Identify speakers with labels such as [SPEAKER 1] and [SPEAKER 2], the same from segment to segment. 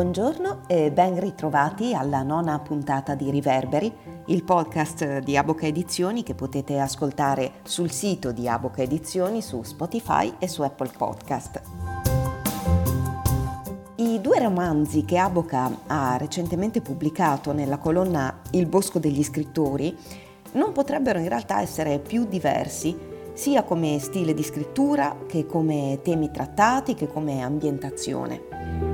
[SPEAKER 1] Buongiorno e ben ritrovati alla 9ª puntata di Riverberi, il podcast di Aboca Edizioni che potete ascoltare sul sito di Aboca Edizioni, su Spotify e su Apple Podcast. I 2 romanzi che Aboca ha recentemente pubblicato nella colonna Il Bosco degli Scrittori non potrebbero in realtà essere più diversi, sia come stile di scrittura che come temi trattati che come ambientazione.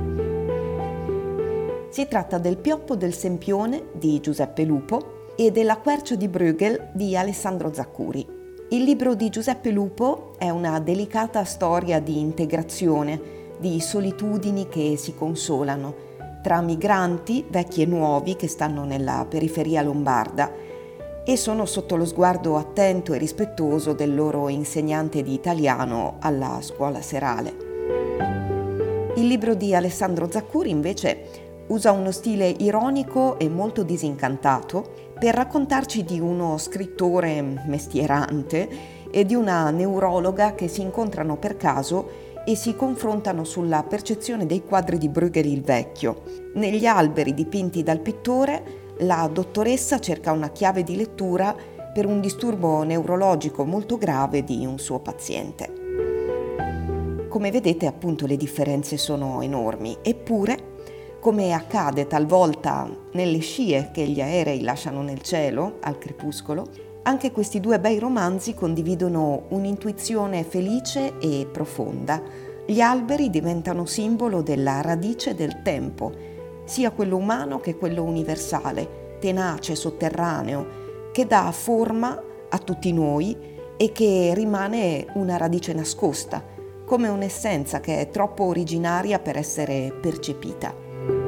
[SPEAKER 1] Si tratta del Pioppo del Sempione di Giuseppe Lupo e della Quercia di Bruegel di Alessandro Zaccuri. Il libro di Giuseppe Lupo è una delicata storia di integrazione, di solitudini che si consolano, tra migranti, vecchi e nuovi, che stanno nella periferia lombarda e sono sotto lo sguardo attento e rispettoso del loro insegnante di italiano alla scuola serale. Il libro di Alessandro Zaccuri invece usa uno stile ironico e molto disincantato per raccontarci di uno scrittore mestierante e di una neurologa che si incontrano per caso e si confrontano sulla percezione dei quadri di Bruegel il Vecchio. Negli alberi dipinti dal pittore, la dottoressa cerca una chiave di lettura per un disturbo neurologico molto grave di un suo paziente. Come vedete, appunto, le differenze sono enormi, eppure, come accade talvolta nelle scie che gli aerei lasciano nel cielo al crepuscolo, anche questi 2 bei romanzi condividono un'intuizione felice e profonda. Gli alberi diventano simbolo della radice del tempo, sia quello umano che quello universale, tenace, sotterraneo, che dà forma a tutti noi e che rimane una radice nascosta, come un'essenza che è troppo originaria per essere percepita.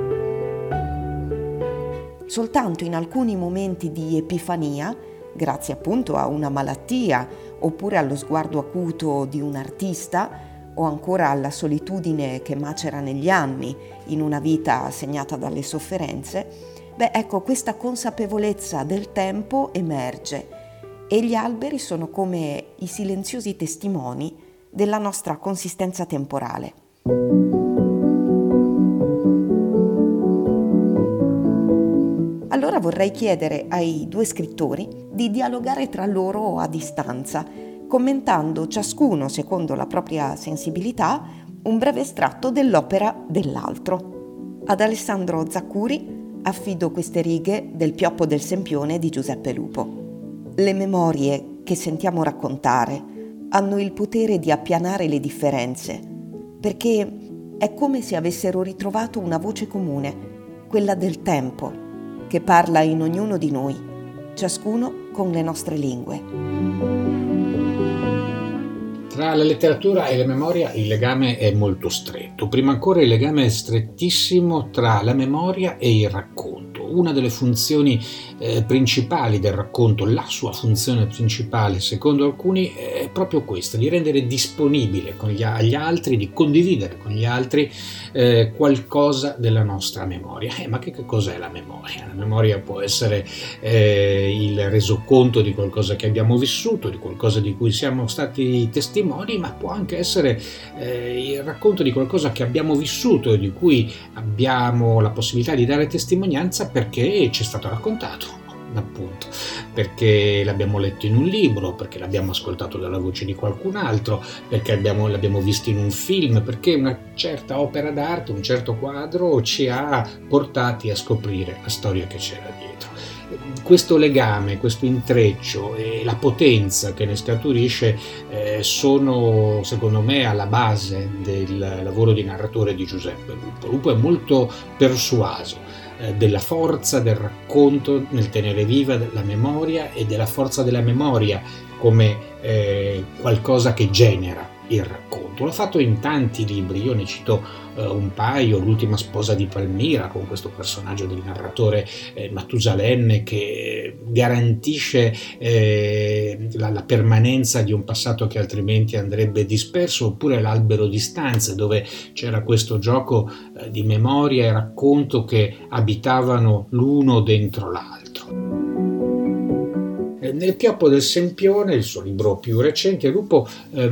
[SPEAKER 1] Soltanto in alcuni momenti di epifania, grazie appunto a una malattia oppure allo sguardo acuto di un artista o ancora alla solitudine che macera negli anni in una vita segnata dalle sofferenze, questa consapevolezza del tempo emerge e gli alberi sono come i silenziosi testimoni della nostra consistenza temporale. Allora vorrei chiedere ai 2 scrittori di dialogare tra loro a distanza, commentando ciascuno, secondo la propria sensibilità, un breve estratto dell'opera dell'altro. Ad Alessandro Zaccuri affido queste righe del Pioppo del Sempione di Giuseppe Lupo. Le memorie che sentiamo raccontare hanno il potere di appianare le differenze, perché è come se avessero ritrovato una voce comune, quella del tempo, che parla in ognuno di noi, ciascuno con le nostre lingue.
[SPEAKER 2] Tra la letteratura e la memoria il legame è molto stretto. Prima ancora il legame è strettissimo tra la memoria e il racconto. Una delle funzioni principali del racconto, la sua funzione principale secondo alcuni, è proprio questa, di rendere disponibile agli altri, di condividere con gli altri qualcosa della nostra memoria. Ma che cos'è la memoria? La memoria può essere il resoconto di qualcosa che abbiamo vissuto, di qualcosa di cui siamo stati testimoni, ma può anche essere il racconto di qualcosa che abbiamo vissuto e di cui abbiamo la possibilità di dare testimonianza perché ci è stato raccontato, appunto, perché l'abbiamo letto in un libro, perché l'abbiamo ascoltato dalla voce di qualcun altro, perché l'abbiamo visto in un film, perché una certa opera d'arte, un certo quadro ci ha portati a scoprire la storia che c'era dietro. Questo legame, questo intreccio e la potenza che ne scaturisce sono, secondo me, alla base del lavoro di narratore di Giuseppe Lupo. Lupo è molto persuaso della forza del racconto nel tenere viva la memoria e della forza della memoria come qualcosa che genera il racconto. L'ho fatto in tanti libri, io ne cito un paio: L'ultima sposa di Palmira, con questo personaggio del narratore Matusalemme che garantisce la permanenza di un passato che altrimenti andrebbe disperso, oppure L'albero di stanze, dove c'era questo gioco di memoria e racconto che abitavano l'uno dentro l'altro. Nel Pioppo del Sempione, il suo libro più recente, Lupo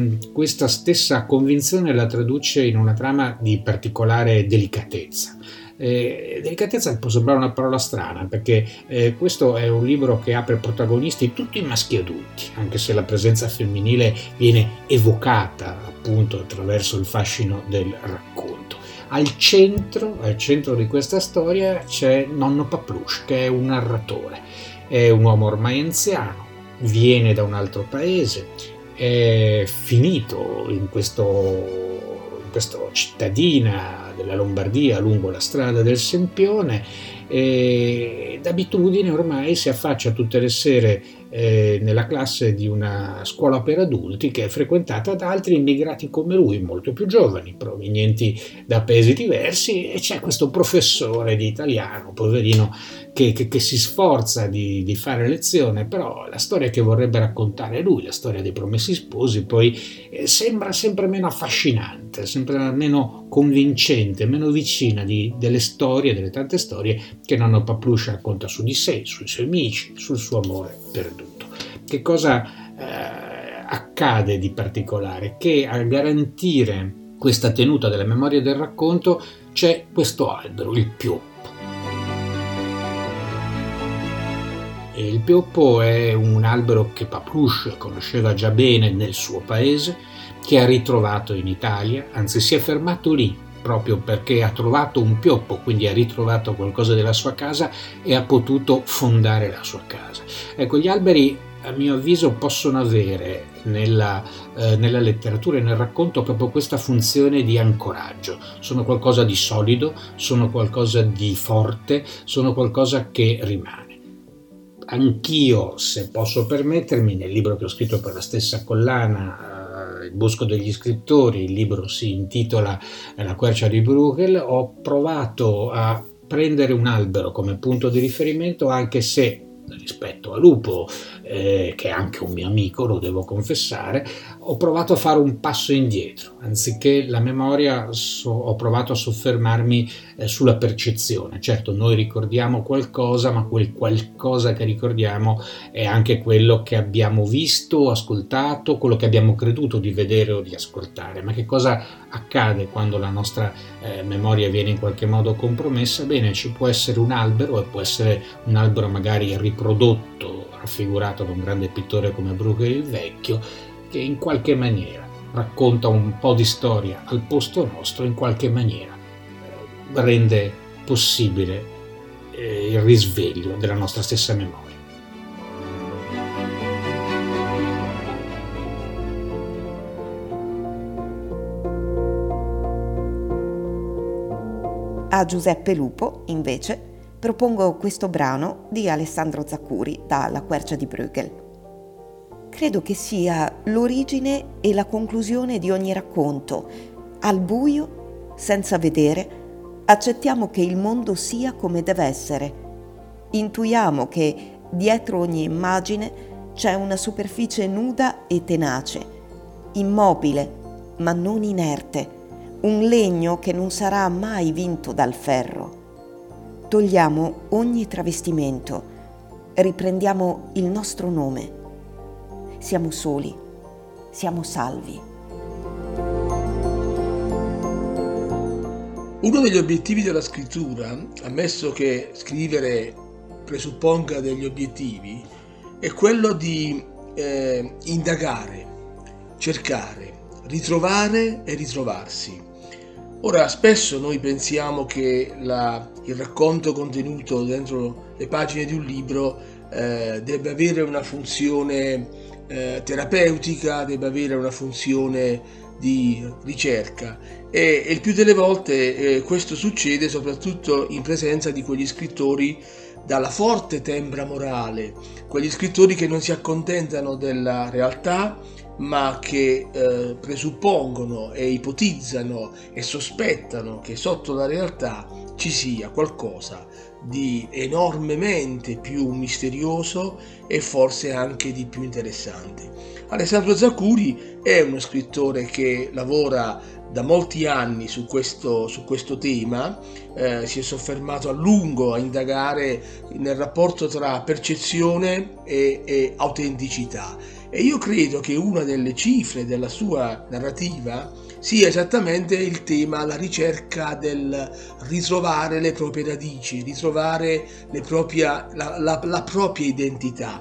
[SPEAKER 2] questa stessa convinzione la traduce in una trama di particolare delicatezza. Delicatezza può sembrare una parola strana, perché questo è un libro che ha per protagonisti tutti maschi adulti, anche se la presenza femminile viene evocata appunto attraverso il fascino del racconto. Al centro di questa storia c'è nonno Paplush, che è un narratore. È un uomo ormai anziano, viene da un altro paese, è finito in questa cittadina della Lombardia lungo la strada del Sempione, e d'abitudine ormai si affaccia tutte le sere nella classe di una scuola per adulti che è frequentata da altri immigrati come lui, molto più giovani, provenienti da paesi diversi, e c'è questo professore di italiano, poverino, che si sforza di fare lezione, però la storia che vorrebbe raccontare lui, la storia dei Promessi Sposi, poi sembra sempre meno affascinante, sempre meno convincente, meno vicina delle tante storie che nonno Paplush racconta su di sé, sui suoi amici, sul suo amore perduto. Che cosa accade di particolare? Che a garantire questa tenuta della memoria del racconto c'è questo albero, il pioppo. E il pioppo è un albero che Paplush conosceva già bene nel suo paese, che ha ritrovato in Italia, anzi si è fermato lì proprio perché ha trovato un pioppo, quindi ha ritrovato qualcosa della sua casa e ha potuto fondare la sua casa. Ecco, gli alberi a mio avviso possono avere nella letteratura e nel racconto proprio questa funzione di ancoraggio. Sono qualcosa di solido, sono qualcosa di forte, sono qualcosa che rimane. Anch'io, se posso permettermi, nel libro che ho scritto per la stessa collana, Il bosco degli scrittori, il libro si intitola La quercia di Bruegel, ho provato a prendere un albero come punto di riferimento, anche se rispetto a Lupo, che è anche un mio amico, lo devo confessare, ho provato a fare un passo indietro. Anziché la memoria, ho provato a soffermarmi sulla percezione. Certo, noi ricordiamo qualcosa, ma quel qualcosa che ricordiamo è anche quello che abbiamo visto, ascoltato, quello che abbiamo creduto di vedere o di ascoltare. Ma che cosa accade quando la nostra memoria viene in qualche modo compromessa? Bene, ci può essere un albero, e può essere un albero magari riprodotto, raffigurato da un grande pittore come Bruegel il Vecchio, che in qualche maniera racconta un po' di storia al posto nostro, in qualche maniera rende possibile il risveglio della nostra stessa memoria.
[SPEAKER 1] A Giuseppe Lupo, invece, propongo questo brano di Alessandro Zaccuri da La quercia di Bruegel. Credo che sia l'origine e la conclusione di ogni racconto. Al buio, senza vedere, accettiamo che il mondo sia come deve essere. Intuiamo che dietro ogni immagine c'è una superficie nuda e tenace, immobile ma non inerte, un legno che non sarà mai vinto dal ferro. Togliamo ogni travestimento, riprendiamo il nostro nome. Siamo soli, siamo salvi.
[SPEAKER 3] Uno degli obiettivi della scrittura, ammesso che scrivere presupponga degli obiettivi, è quello di indagare, cercare, ritrovare e ritrovarsi. Ora, spesso noi pensiamo che il racconto contenuto dentro le pagine di un libro debba avere una funzione terapeutica, debba avere una funzione di ricerca, e il più delle volte questo succede soprattutto in presenza di quegli scrittori dalla forte tembra morale, quegli scrittori che non si accontentano della realtà, ma che presuppongono e ipotizzano e sospettano che sotto la realtà ci sia qualcosa di enormemente più misterioso e forse anche di più interessante. Alessandro Zaccuri è uno scrittore che lavora da molti anni su questo tema, si è soffermato a lungo a indagare nel rapporto tra percezione e autenticità, E io credo che una delle cifre della sua narrativa sia esattamente il tema, la ricerca del ritrovare le proprie radici, ritrovare la propria identità.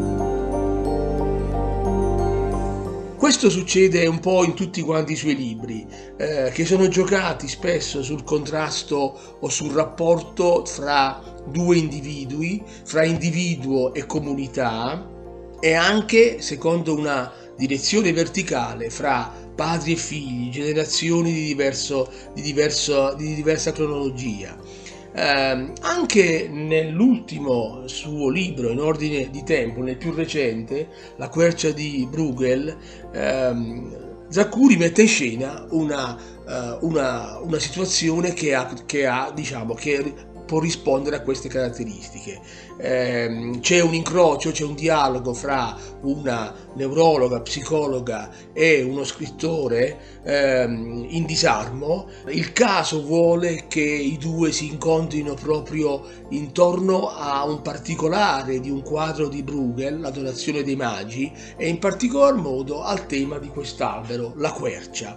[SPEAKER 3] Questo succede un po' in tutti quanti i suoi libri, che sono giocati spesso sul contrasto o sul rapporto fra due individui, fra individuo e comunità, e anche secondo una direzione verticale fra padri e figli, generazioni di diversa cronologia. Anche nell'ultimo suo libro in ordine di tempo, nel più recente, La quercia di Bruegel, Zaccuri mette in scena una situazione che può rispondere a queste caratteristiche. C'è un incrocio, c'è un dialogo fra una neurologa, psicologa e uno scrittore in disarmo. Il caso vuole che i due si incontrino proprio intorno a un particolare di un quadro di Bruegel, l'Adorazione dei Magi, e in particolar modo al tema di quest'albero, la quercia.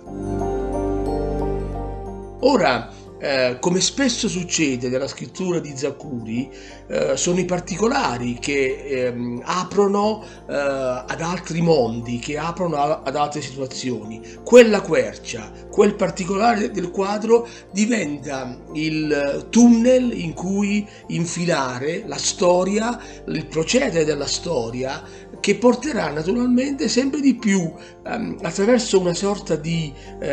[SPEAKER 3] Ora, come spesso succede nella scrittura di Zaccuri, sono i particolari che aprono ad altri mondi, che aprono ad altre situazioni. Quella quercia, quel particolare del quadro diventa il tunnel in cui infilare la storia, il procedere della storia, che porterà naturalmente sempre di più attraverso una sorta di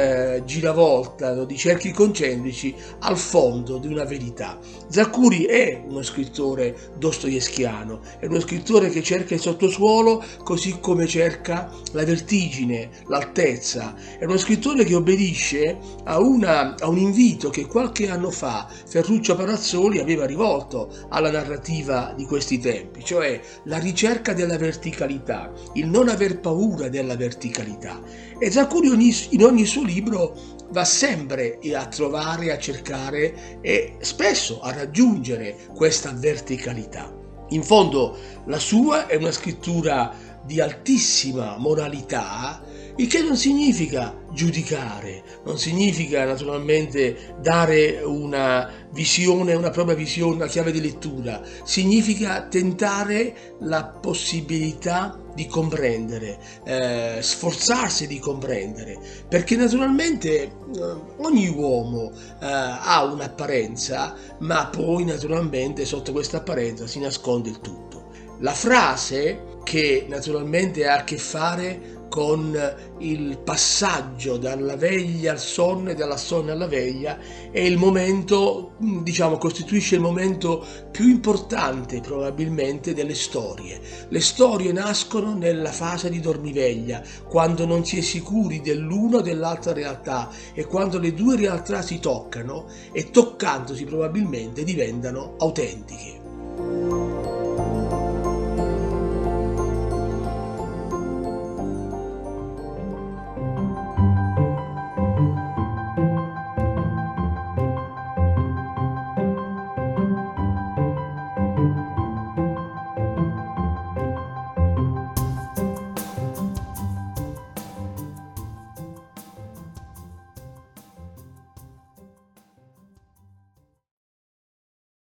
[SPEAKER 3] giravolta, di cerchi concentrici, al fondo di una verità. Zaccuri è uno scrittore dostoevskiano, è uno scrittore che cerca il sottosuolo così come cerca la vertigine, l'altezza. È uno scrittore che obbedisce a un invito che qualche anno fa Ferruccio Palazzoli aveva rivolto alla narrativa di questi tempi, cioè la ricerca della verticalità, il non aver paura della verticalità. E Zaccuri in ogni suo libro va sempre a trovare, a cercare e spesso a raggiungere questa verticalità. In fondo la sua è una scrittura di altissima moralità, il che non significa giudicare, non significa naturalmente dare una visione, una propria visione, una chiave di lettura, significa tentare la possibilità di comprendere, sforzarsi di comprendere, perché naturalmente ogni uomo ha un'apparenza, ma poi naturalmente sotto questa apparenza si nasconde il tutto. La frase che naturalmente ha a che fare con il passaggio dalla veglia al sonno e dalla sonno alla veglia è il momento, costituisce il momento più importante probabilmente delle storie. Le storie nascono nella fase di dormiveglia, quando non si è sicuri dell'una o dell'altra realtà e quando le due realtà si toccano e toccandosi probabilmente diventano autentiche.